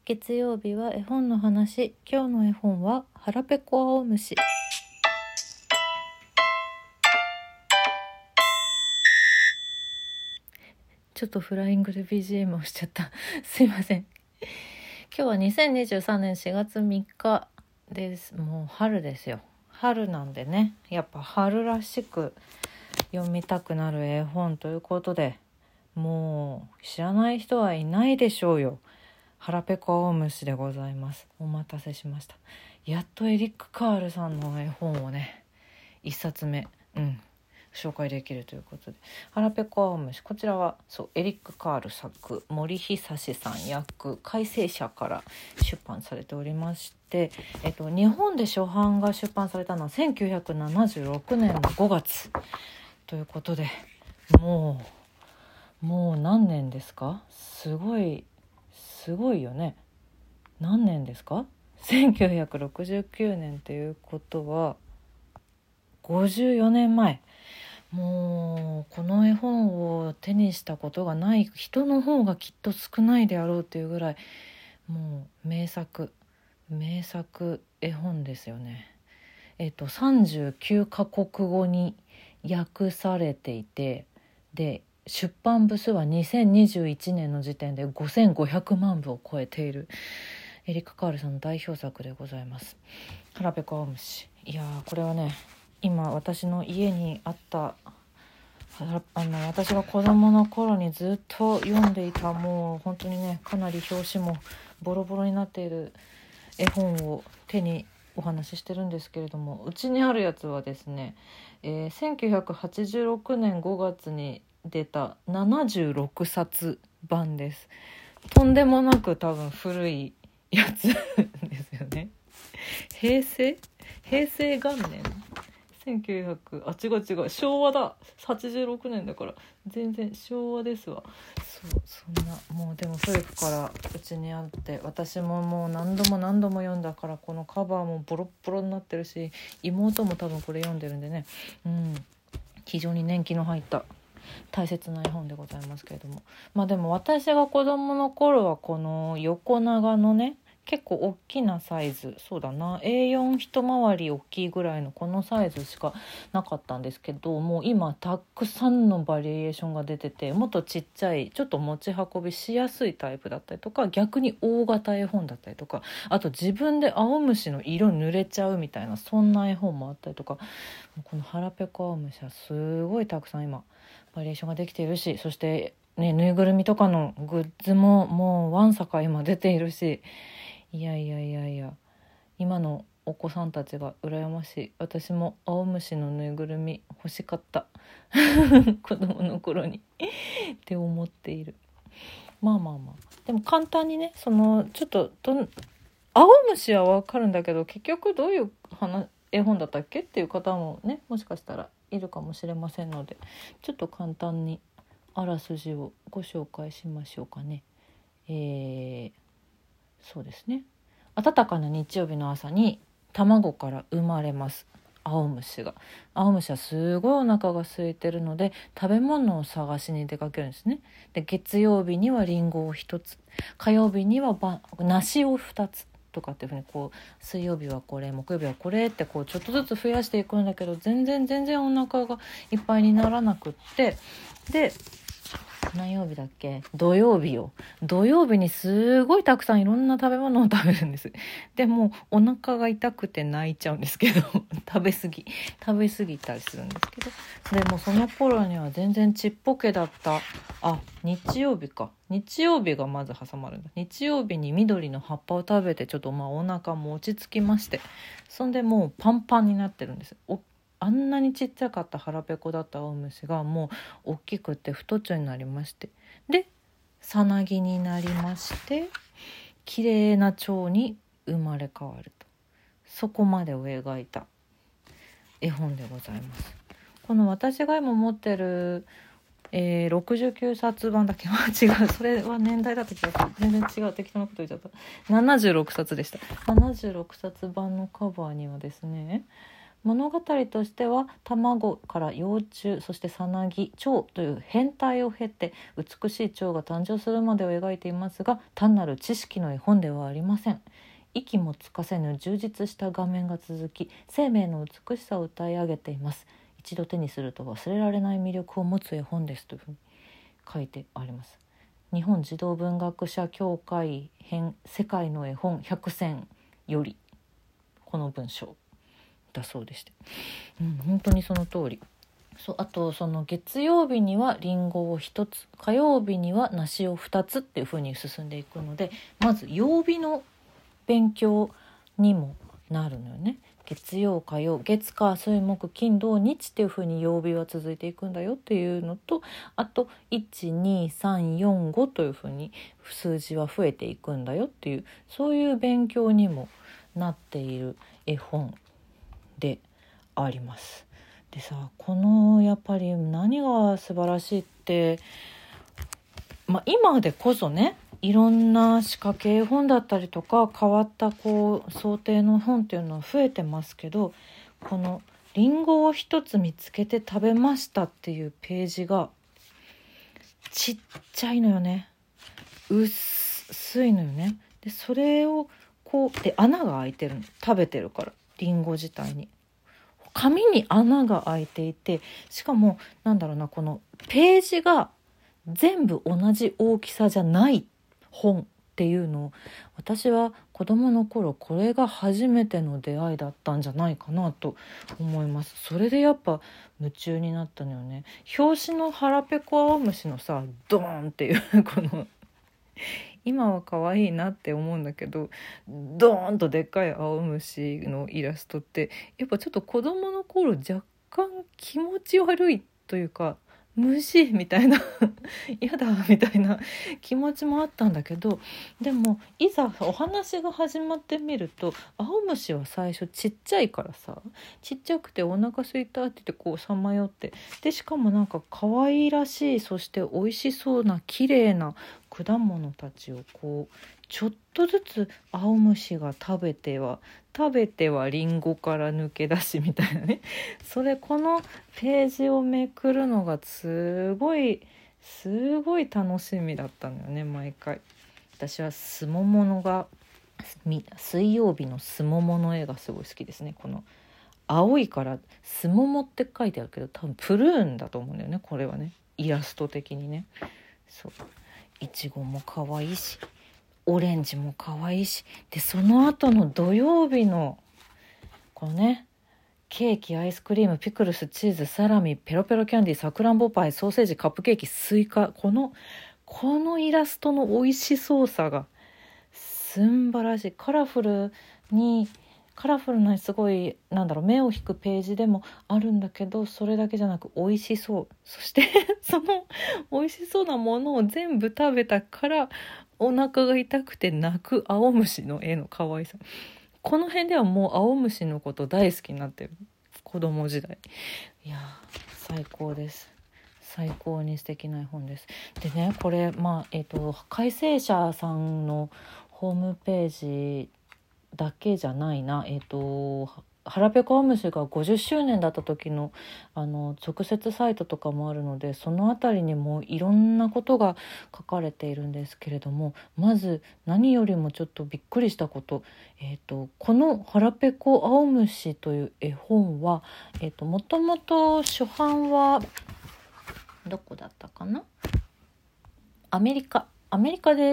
月曜日は絵本の話。今日の絵本は腹ペコ青虫。ちょっとフライングで BGM をしちゃったすいません。今日は2023年4月3日です。もう春ですよ。春なんでね、やっぱ春らしく読みたくなる絵本ということで、もう知らない人はいないでしょうよ。腹ペコ青虫でございます。お待たせしました。やっとエリック・カールさんの絵本をね、一冊目紹介できるということで、腹ペコ青虫、こちらはエリック・カール作、森久志さん役、改正社から出版されておりまして、日本で初版が出版されたのは1976年の5月ということで、もう何年ですか？すごいよね。何年ですか？1969年ということは54年前。もうこの絵本を手にしたことがない人の方がきっと少ないであろうというぐらい、もう名作絵本ですよね。39カ国語に訳されていて、で出版部数は2021年の時点で5500万部を超えているエリック・カールさんの代表作でございます。腹ペコ青虫。いやこれはね、今私の家にあった私が子供の頃にずっと読んでいた、もう本当にね、かなり表紙もボロボロになっている絵本を手にお話ししてるんですけれども、うちにあるやつはですね、1986年5月に出た76冊版です。とんでもなく多分古いやつですよね。平成元年違う昭和だ。86年だから全然昭和ですわ。そんな、もうでも古くからうちにあって、私ももう何度も読んだから、このカバーもボロッボロになってるし、妹も多分これ読んでるんでね、非常に年季の入った大切な絵本でございますけれども、でも私が子供の頃はこの横長のね、結構大きなサイズ、そうだな A4 一回り大きいぐらいのこのサイズしかなかったんですけど、もう今たくさんのバリエーションが出てて、もっとちっちゃいちょっと持ち運びしやすいタイプだったりとか、逆に大型絵本だったりとか、あと自分で青虫の色塗れちゃうみたいな、そんな絵本もあったりとか、この腹ペコ青虫はすごいたくさん今バリエーションができているし、そしてね、ぬいぐるみとかのグッズももうわんさか今出ているし、いや今のお子さんたちが羨ましい。私も青虫のぬいぐるみ欲しかった子供の頃にって思っている。でも簡単にね、ちょっと青虫はわかるんだけど、結局どういう絵本だったっけっていう方もね、もしかしたらいるかもしれませんので、ちょっと簡単にあらすじをご紹介しましょうかね。そうですね。暖かな日曜日の朝に卵から生まれます青虫はすごいお腹が空いてるので、食べ物を探しに出かけるんですね。で月曜日にはリンゴを1つ、火曜日には梨を2つとかっていうふうに、水曜日はこれ、木曜日はこれってちょっとずつ増やしていくんだけど、全然お腹がいっぱいにならなくって、で何曜日だっけ、土曜日にすごいたくさんいろんな食べ物を食べるんです。でもお腹が痛くて泣いちゃうんですけど食べ過ぎたりするんですけど、でもその頃には全然ちっぽけだった。日曜日がまず挟まるんだ。日曜日に緑の葉っぱを食べて、ちょっとお腹も落ち着きまして、そんでもうパンパンになってるんです。あんなにちっちゃかった腹ペコだった青虫がもう大きくて太っちょになりまして、でさなぎになりまして、綺麗な蝶に生まれ変わると、そこまでを描いた絵本でございます。この私が今持ってる、69冊版だけは違う、それは年代だった気がする。全然違う、適当なこと言っちゃった。76冊でした。76冊版のカバーにはですね、 物語としては卵から幼虫、そしてさなぎ、蝶という変態を経て美しい蝶が誕生するまでを描いていますが、単なる知識の絵本ではありません。息もつかせぬ充実した画面が続き、生命の美しさを歌い上げています。一度手にすると忘れられない魅力を持つ絵本ですというふうに書いてあります。日本児童文学者協会編世界の絵本100選よりこの文章だそうでして、本当にその通り。あとその月曜日にはリンゴを1つ、火曜日には梨を2つっていう風に進んでいくので、まず曜日の勉強にもなるのよね。月曜火曜、月火水木金土日っていう風に曜日は続いていくんだよっていうのと、あと12345という風に数字は増えていくんだよっていう、そういう勉強にもなっている絵本であります。でさ、このやっぱり何が素晴らしいって、今でこそね、いろんな仕掛け絵本だったりとか変わった想定の本っていうのは増えてますけど、このリンゴを一つ見つけて食べましたっていうページがちっちゃいのよね。薄いのよね。でそれをで穴が開いてるの、食べてるから、リンゴ自体に紙に穴が開いていて、しかもこのページが全部同じ大きさじゃない本っていうのを、私は子供の頃これが初めての出会いだったんじゃないかなと思います。それでやっぱ夢中になったのよね。表紙の腹ペコ青虫のさ、ドーンっていうこの今は可愛いなって思うんだけど、ドーンとでっかい青虫のイラストってやっぱちょっと子供の頃若干気持ち悪いというか、虫みたいなやだみたいな気持ちもあったんだけど、でもいざお話が始まってみると、青虫は最初ちっちゃいからさ、ちっちゃくてお腹空いたって言ってさまよって、でしかも可愛らしい、そして美味しそうな綺麗な果物たちをちょっとずつ青虫が食べてはリンゴから抜け出しみたいなね。このページをめくるのがすごい楽しみだったのよね、毎回。私は水曜日のすももの絵がすごい好きですね。この青いからすももって書いてあるけど、多分プルーンだと思うんだよね、これはね、イラスト的にね。いちごも可愛いし、オレンジも可愛いし、でその後の土曜日のこのね、ケーキ、アイスクリーム、ピクルス、チーズ、サラミ、ペロペロキャンディー、さくらんぼパイ、ソーセージ、カップケーキ、スイカ、このイラストの美味しそうさがすんばらしい。カラフルなすごい目を引くページでもあるんだけど、それだけじゃなく美味しそう。そしてその美味しそうなものを全部食べたからお腹が痛くて泣く青虫の絵の可愛さ。この辺ではもう青虫のこと大好きになってる、子供時代。いや最高です。最高に素敵な絵本です。でね、これ改正社さんのホームページだけじゃないな、腹ペコ青虫が50周年だった時の直接サイトとかもあるので、そのあたりにもいろんなことが書かれているんですけれども、まず何よりもちょっとびっくりしたこと、この腹ペコ青虫という絵本は、もともと初版はどこだったかな、アメリカで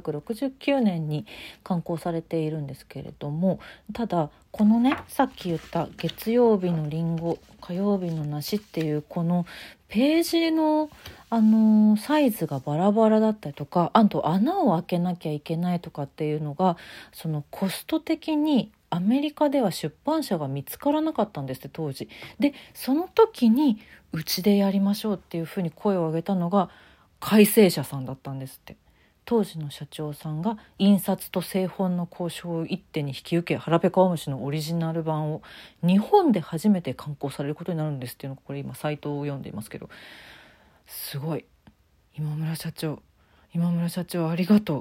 1969年に刊行されているんですけれども、ただこのね、さっき言った月曜日のリンゴ、火曜日の梨っていうこのページの、サイズがバラバラだったりとか、あと穴を開けなきゃいけないとかっていうのが、そのコスト的にアメリカでは出版社が見つからなかったんですって、当時。でその時にうちでやりましょうっていうふうに声を上げたのが改正社さんだったんですって。当時の社長さんが印刷と製本の交渉を一手に引き受け、腹ペコ青虫のオリジナル版を日本で初めて刊行されることになるんですっていうのを、これ今サイトを読んでいますけど、すごい。今村社長ありがとう。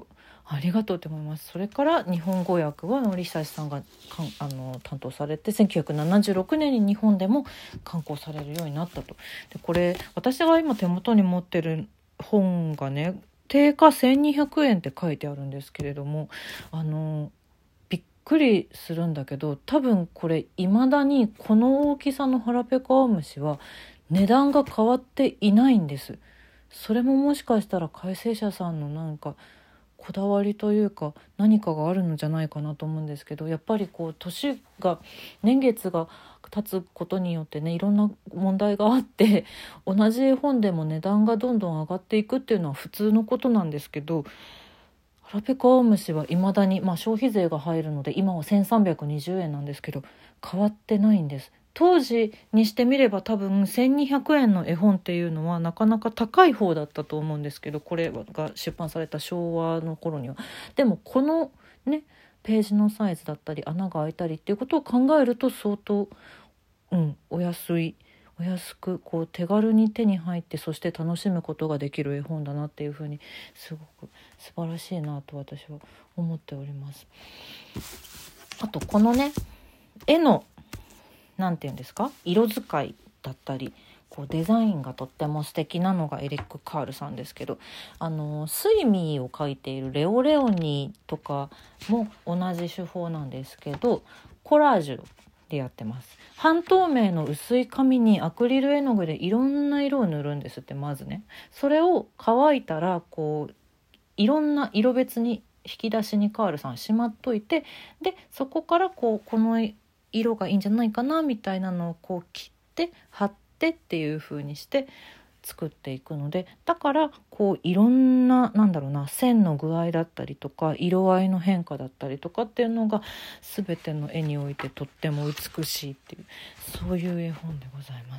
ありがとうと思います。それから日本語訳は森久さんが担当されて、1976年に日本でも刊行されるようになったと。でこれ私が今手元に持ってる本がね、定価1200円って書いてあるんですけれども、びっくりするんだけど、多分これ未だにこの大きさの腹ペコアオムシは値段が変わっていないんです。それももしかしたら改正者さんのなんかこだわりというか何かがあるのじゃないかなと思うんですけど、やっぱりこう年月が経つことによってね、いろんな問題があって、同じ絵本でも値段がどんどん上がっていくっていうのは普通のことなんですけど、腹ペコアオムシはいまだに、消費税が入るので今は1320円なんですけど変わってないんです。当時にしてみれば多分1200円の絵本っていうのはなかなか高い方だったと思うんですけど、これが出版された昭和の頃には。でもこのねページのサイズだったり穴が開いたりっていうことを考えると相当、お安くこう手軽に手に入って、そして楽しむことができる絵本だなっていうふうに、すごく素晴らしいなと私は思っております。あとこのね絵のなんていうんですか、色使いだったりこうデザインがとっても素敵なのがエリック・カールさんですけど、スイミーを描いているレオ・レオニーとかも同じ手法なんですけど、コラージュでやってます。半透明の薄い紙にアクリル絵の具でいろんな色を塗るんですって。まずねそれを乾いたらこういろんな色別に引き出しにカールさんしまっといて、でそこからこの色がいいんじゃないかなみたいなのをこう切って貼ってっていう風にして作っていくので、だからこういろんな線の具合だったりとか色合いの変化だったりとかっていうのが全ての絵においてとっても美しいっていう、そういう絵本でございます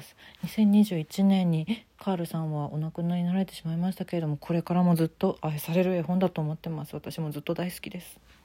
。2021年にカールさんはお亡くなりになられてしまいましたけれども、これからもずっと愛される絵本だと思ってます。私もずっと大好きです。